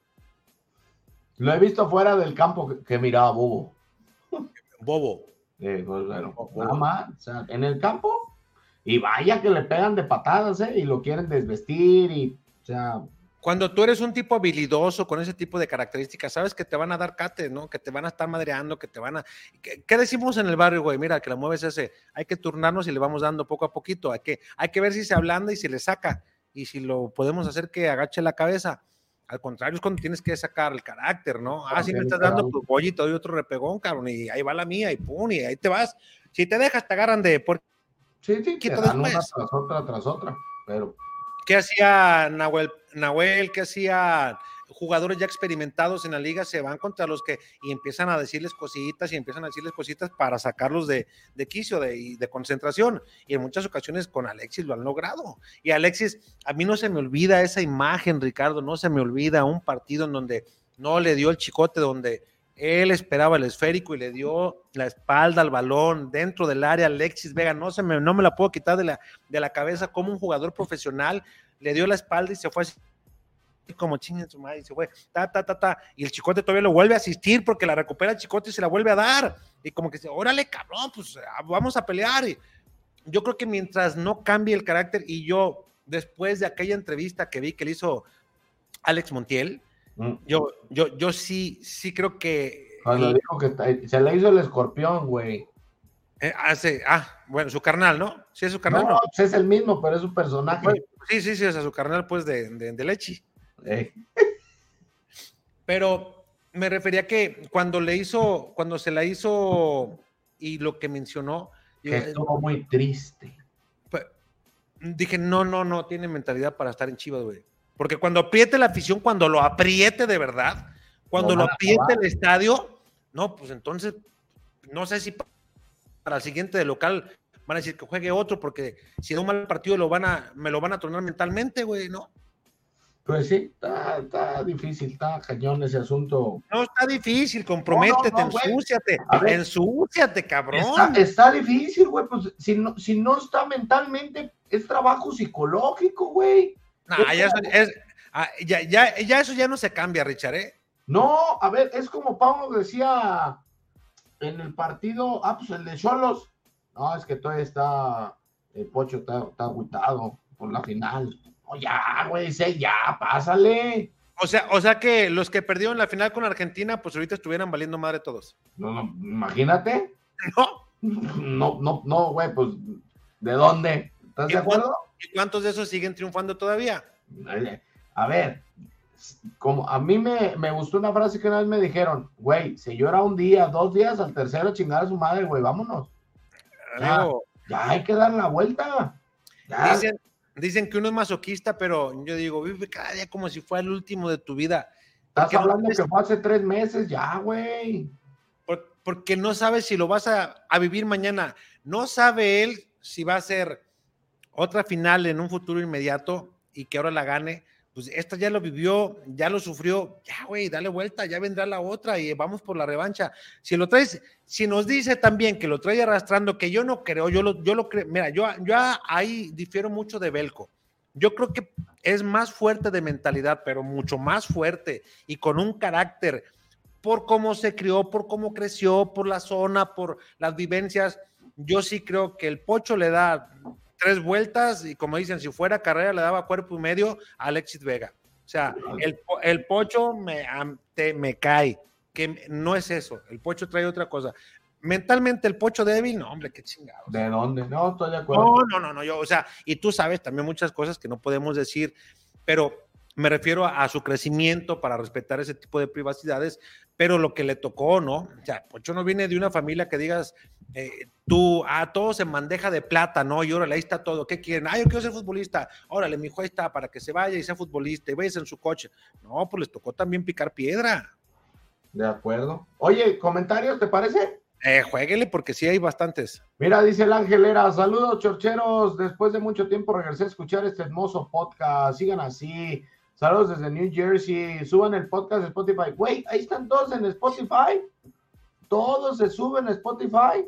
Lo he visto fuera del campo que, que miraba bobo. Bobo. Eh, pues, bueno, bobo. Nada más, o sea, en el campo. Y vaya que le pegan de patadas, ¿eh? Y lo quieren desvestir y, o sea... Cuando tú eres un tipo habilidoso con ese tipo de características, sabes que te van a dar cate, ¿no? Que te van a estar madreando, que te van a... ¿Qué, qué decimos en el barrio, güey? Mira, que la mueves ese, hay que turnarnos y le vamos dando poco a poquito, hay que, hay que ver si se ablanda y si le saca, y si lo podemos hacer que agache la cabeza. Al contrario, es cuando tienes que sacar el carácter, ¿no? Ah, si me estás dando tu bollito y otro repegón, cabrón, y ahí va la mía, y pum, y ahí te vas. Si te dejas, te agarran de... Por... Sí, sí, te dan una tras otra, tras otra, pero... ¿Qué hacía Nahuel? Nahuel, ¿qué hacía jugadores ya experimentados en la liga? Se van contra los que y empiezan a decirles cositas y empiezan a decirles cositas para sacarlos de, de quicio, de, de concentración. Y en muchas ocasiones con Alexis lo han logrado. Y Alexis, a mí no se me olvida esa imagen, Ricardo, no se me olvida un partido en donde no le dio el chicote, donde... Él esperaba el esférico y le dio la espalda al balón dentro del área. Alexis Vega, no, se me, no me la puedo quitar de la, de la cabeza, como un jugador profesional le dio la espalda y se fue así como chingue su madre y se fue, ta, ta, ta, ta, y el chicote todavía lo vuelve a asistir porque la recupera el chicote y se la vuelve a dar, y como que dice, órale cabrón, pues vamos a pelear. Y yo creo que mientras no cambie el carácter, y yo después de aquella entrevista que vi que le hizo Alex Montiel, Yo, yo, yo sí, sí creo que... Cuando y, dijo que está, se le hizo el escorpión, güey. Eh, hace, ah, bueno, su carnal, ¿no? Sí, es su carnal. No, no, pues es el mismo, pero es un personaje. Pues, sí, sí, sí, o sea, su carnal, pues, de, de, de Lechi. Eh. Pero me refería que cuando le hizo, cuando se la hizo y lo que mencionó... Que yo, estuvo muy triste. Pues, dije, no, no, no, tiene mentalidad para estar en Chivas, güey. Porque cuando apriete la afición, cuando lo apriete de verdad, cuando lo apriete el estadio, no, pues entonces, no sé si para el siguiente de local van a decir que juegue otro, porque si da un mal partido lo van a, me lo van a tronar mentalmente, güey, ¿no? Pues sí, está, está difícil, está cañón ese asunto. No está difícil, comprométete, no, no, no, ensúciate, ensúciate, cabrón. Está, está difícil, güey, pues si no, si no está mentalmente, es trabajo psicológico, güey. Nah, ya, como... es, ya, ya, ya eso ya no se cambia, Richard, ¿eh? No, a ver, es como Pablo decía en el partido, ah, pues el de Xolos. No, es que todavía está, el Pocho está, está agüitado por la final. Oh, ya, güey, sé, ya, pásale. O sea, o sea que los que perdieron la final con Argentina, pues ahorita estuvieran valiendo madre todos. No, no, imagínate. No. No, no, no, güey, pues, ¿de dónde? ¿Estás de acuerdo? ¿Y cuántos de esos siguen triunfando todavía? A ver, como a mí me, me gustó una frase que una vez me dijeron, güey, se llora un día, dos días, al tercero chingar a su madre, güey, vámonos. Ya, ya hay que dar la vuelta. Ya. Dicen, dicen que uno es masoquista, pero yo digo, vive cada día como si fuera el último de tu vida. Estás hablando no que fue hace tres meses, ya, güey. Por, porque no sabes si lo vas a, a vivir mañana. No sabe él si va a ser otra final en un futuro inmediato y que ahora la gane. Pues esta ya lo vivió, ya lo sufrió, ya güey, dale vuelta, ya vendrá la otra y vamos por la revancha. Si lo traes, si nos dice también que lo trae arrastrando, que yo no creo, yo lo, yo lo creo, mira, yo, yo ahí difiero mucho de Belko. Yo creo que es más fuerte de mentalidad, pero mucho más fuerte y con un carácter por cómo se crió, por cómo creció, por la zona, por las vivencias. Yo sí creo que el Pocho le da tres vueltas y como dicen, si fuera carrera le daba cuerpo y medio a Alexis Vega. O sea, el, el Pocho me, te, me cae, que no es eso, el Pocho trae otra cosa. Mentalmente el Pocho débil, no, hombre, qué chingados. ¿De dónde? No, estoy de acuerdo. No, no, no, no, yo, o sea, y tú sabes también muchas cosas que no podemos decir, pero me refiero a, a su crecimiento para respetar ese tipo de privacidades, pero lo que le tocó, ¿no? O sea, Pocho no viene de una familia que digas, eh, tú, a ah, todos en bandeja de plata, ¿no? Y órale, ahí está todo, ¿qué quieren? Ah, yo quiero ser futbolista, órale, mi hijo ahí está, para que se vaya y sea futbolista y vayas en su coche. No, pues les tocó también picar piedra. De acuerdo. Oye, ¿comentarios te parece? Eh, juéguele porque sí hay bastantes. Mira, dice el Ángel Era, saludos chorcheros, después de mucho tiempo regresé a escuchar este hermoso podcast, sigan así. Saludos desde New Jersey, suban el podcast de Spotify. Güey, ahí están todos en Spotify. Todos se suben a Spotify.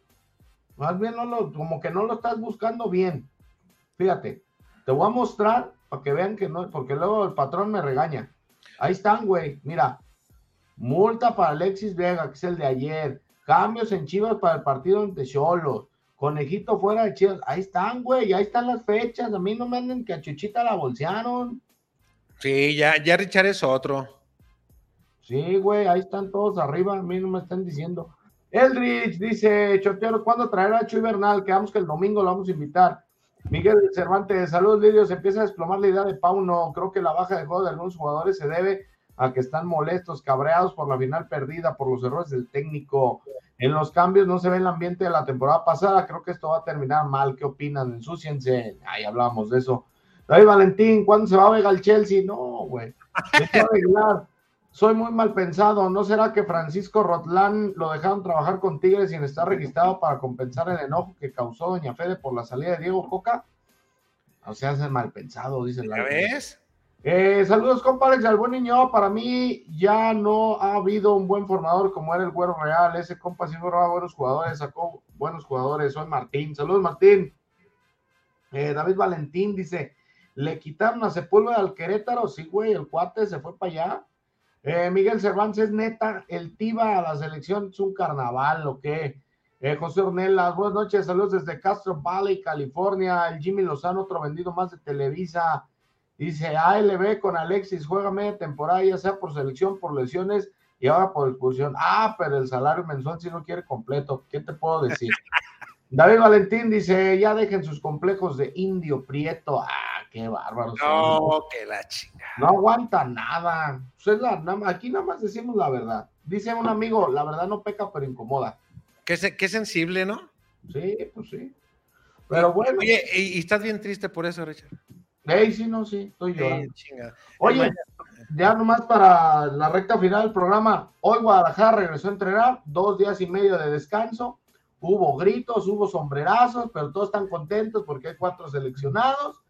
Más bien, no lo, como que no lo estás buscando bien. Fíjate, te voy a mostrar para que vean que no, porque luego el patrón me regaña. Ahí están, güey, mira. Multa para Alexis Vega, que es el de ayer. Cambios en Chivas para el partido ante Xolos. Conejito fuera de Chivas. Ahí están, güey, ahí están las fechas. A mí no me anden que a Chuchita la bolsearon. Sí, ya, ya Richard es otro. Sí, güey, ahí están todos arriba, a mí no me están diciendo. Eldridge dice, Chortearo, ¿cuándo traerá a Chuy Bernal? Quedamos que el domingo lo vamos a invitar. Miguel Cervantes, saludos, Lidio, se empieza a desplomar la idea de Pauno. Creo que la baja de juego de algunos jugadores se debe a que están molestos, cabreados por la final perdida, por los errores del técnico. En los cambios no se ve el ambiente de la temporada pasada, creo que esto va a terminar mal. ¿Qué opinan? Ensúciense. Ahí hablábamos de eso. David Valentín, ¿cuándo se va a Vega al Chelsea? No, güey. Soy muy mal pensado. ¿No será que Francisco Rotlán lo dejaron trabajar con Tigres sin estar registrado para compensar el enojo que causó Doña Fede por la salida de Diego Coca? O sea, es mal pensado, dice la. ¿Ya ves? Eh, saludos, compadres, al buen niño. Para mí ya no ha habido un buen formador como era el Güero Real. Ese compa sí formaba buenos jugadores, sacó buenos jugadores. Soy Martín. Saludos, Martín. Eh, David Valentín dice, ¿le quitaron a Sepúlveda al Querétaro? Sí, güey, el cuate se fue para allá. Eh, Miguel Cervantes, neta, el Tiva a la selección es un carnaval, ¿o qué? Eh, José Ornelas, buenas noches, saludos desde Castro Valley, California. El Jimmy Lozano, otro vendido más de Televisa. Dice, A L B con Alexis, juega media temporada, ya sea por selección, por lesiones y ahora por expulsión. Ah, pero el salario mensual si no quiere completo. ¿Qué te puedo decir? David Valentín dice, ya dejen sus complejos de indio prieto. Ah, qué bárbaro. No, que la chingada. No aguanta nada. Pues la, aquí nada más decimos la verdad. Dice un amigo, la verdad no peca, pero incomoda. Qué, qué sensible, ¿no? Sí, pues sí. Pero bueno. Oye, y, y estás bien triste por eso, Richard. Hey, sí, no, sí, estoy llorando. Sí, Oye, ya nomás para la recta final del programa, hoy Guadalajara regresó a entrenar, dos días y medio de descanso, hubo gritos, hubo sombrerazos, pero todos están contentos porque hay cuatro seleccionados,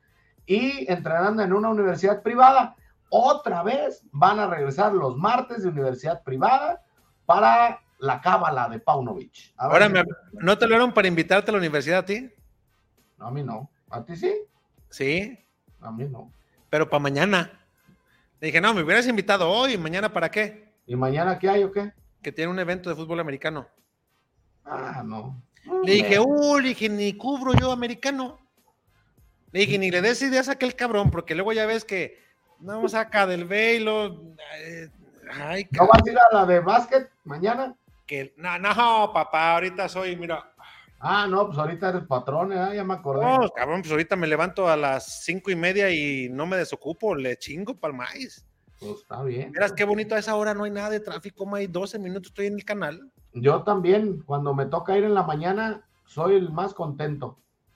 y entrenando en una universidad privada. Otra vez van a regresar los martes de universidad privada para la cábala de Paunovic. Ahora, si... me, ¿no te hablaron para invitarte a la universidad a ti? No, a mí no. ¿A ti sí? Sí. A mí no. Pero para mañana. Le dije, no, me hubieras invitado hoy, ¿mañana para qué? ¿Y mañana qué hay o qué? Que tiene un evento de fútbol americano. Ah, no. Le dije, uh, le dije, ni cubro yo americano. Le dije, ni le des ideas a aquel cabrón, porque luego ya ves que no saca del velo. Eh, ay, ¿no vas a ir a la de básquet mañana? Que, no, no, papá, ahorita soy, mira. Ah, no, pues ahorita eres patrón, ¿eh? Ya me acordé. No, cabrón, pues ahorita me levanto a las cinco y media y no me desocupo, le chingo pa'l maíz. Pues está bien. Verás qué bonito a esa hora, no hay nada de tráfico, como hay doce minutos, estoy en el canal. Yo también, cuando me toca ir en la mañana, soy el más contento.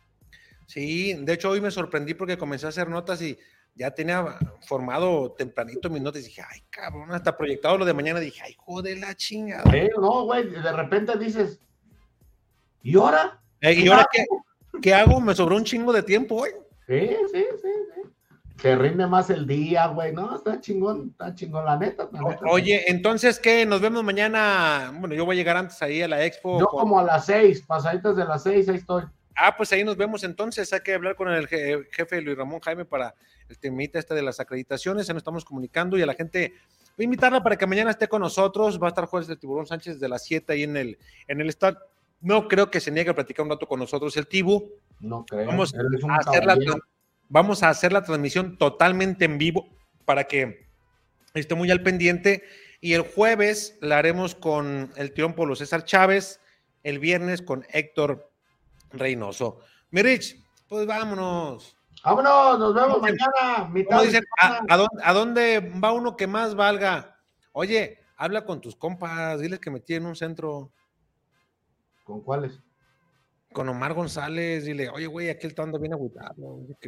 Sí, de hecho hoy me sorprendí porque comencé a hacer notas y ya tenía formado tempranito mis notas y dije, ay, cabrón, hasta proyectado lo de mañana, dije, ay, joder la chingada. Eh, no, güey, de repente dices, ¿y ahora? Eh, ¿Y ahora qué, qué hago? Me sobró un chingo de tiempo hoy. Sí, sí, sí, sí. Se rinde más el día, güey, ¿no? Está chingón, está chingón, la neta. La neta Oye, entonces, ¿qué? Nos vemos mañana. Bueno, yo voy a llegar antes ahí a la expo. Yo con... como a las seis, pasaditas de las seis, ahí estoy. Ah, pues ahí nos vemos entonces. Hay que hablar con el jefe Luis Ramón Jaime para el temita este de las acreditaciones. Ya nos estamos comunicando y a la gente voy a invitarla para que mañana esté con nosotros. Va a estar Juárez de Tiburón Sánchez de las siete ahí en el, en el estadio. No creo que se niegue a platicar un rato con nosotros el Tibu. No creo. Vamos a hacer la, vamos a hacer la transmisión totalmente en vivo para que esté muy al pendiente. Y el jueves la haremos con el tío Pablo César Chávez. El viernes con Héctor Reynoso. Mirich, pues vámonos. Vámonos, nos vemos mañana. Mitad dicen, ¿a, a, dónde, ¿A dónde va uno que más valga? Oye, habla con tus compas, diles que metí en un centro. ¿Con cuáles? Con Omar González, dile, oye, güey, aquel está ando bien agüitado. Que...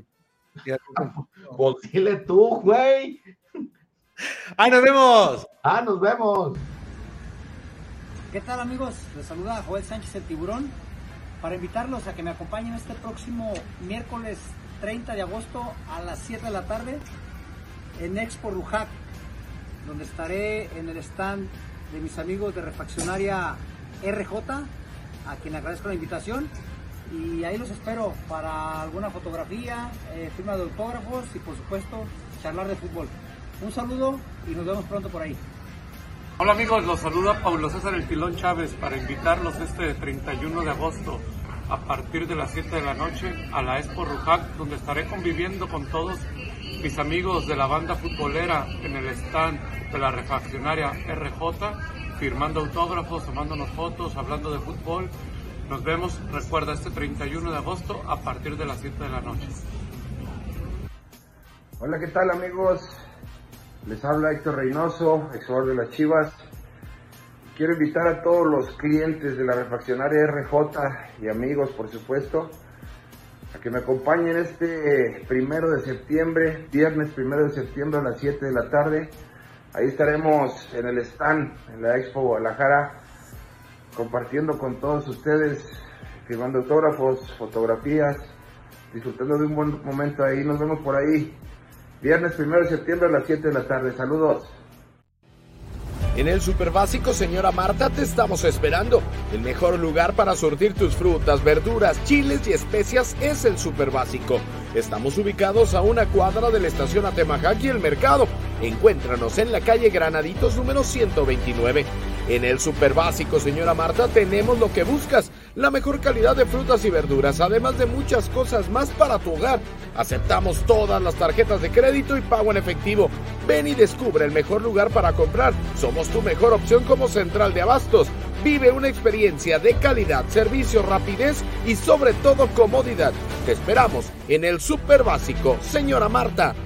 Pues dile tú, güey. ¡Ay, nos vemos! ¡Ah, nos vemos! ¿Qué tal, amigos? Les saluda Joel Sánchez el Tiburón para invitarlos a que me acompañen este próximo miércoles treinta de agosto a las siete de la tarde en Expo Rujac, donde estaré en el stand de mis amigos de Refaccionaria R J, a quien agradezco la invitación, y ahí los espero para alguna fotografía, eh, firma de autógrafos y por supuesto charlar de fútbol. Un saludo y nos vemos pronto por ahí. Hola amigos, los saluda Paulo César el Pilón Chávez para invitarlos este treinta y uno de agosto a partir de las siete de la noche a la Expo Rujac, donde estaré conviviendo con todos mis amigos de la banda futbolera en el stand de la Refaccionaria R J, firmando autógrafos, tomándonos fotos, hablando de fútbol. Nos vemos, recuerda, este treinta y uno de agosto a partir de las siete de la noche. Hola, ¿qué tal amigos? Les habla Héctor Reynoso, exjugador de las Chivas. Quiero invitar a todos los clientes de la Refaccionaria R J y amigos, por supuesto, a que me acompañen este primero de septiembre, viernes primero de septiembre a las siete de la tarde. Ahí estaremos en el stand, en la Expo Guadalajara, compartiendo con todos ustedes, firmando autógrafos, fotografías, disfrutando de un buen momento ahí. Nos vemos por ahí, viernes primero de septiembre a las siete de la tarde. Saludos. En el Superbásico, señora Marta, te estamos esperando. El mejor lugar para surtir tus frutas, verduras, chiles y especias es el Superbásico. Estamos ubicados a una cuadra de la estación Atemajac y el mercado. Encuéntranos en la calle Granaditos número ciento veintinueve. En el Superbásico, señora Marta, tenemos lo que buscas. La mejor calidad de frutas y verduras, además de muchas cosas más para tu hogar. Aceptamos todas las tarjetas de crédito y pago en efectivo. Ven y descubre el mejor lugar para comprar. Somos tu mejor opción como central de abastos. Vive una experiencia de calidad, servicio, rapidez y sobre todo comodidad. Te esperamos en el Superbásico, señora Marta.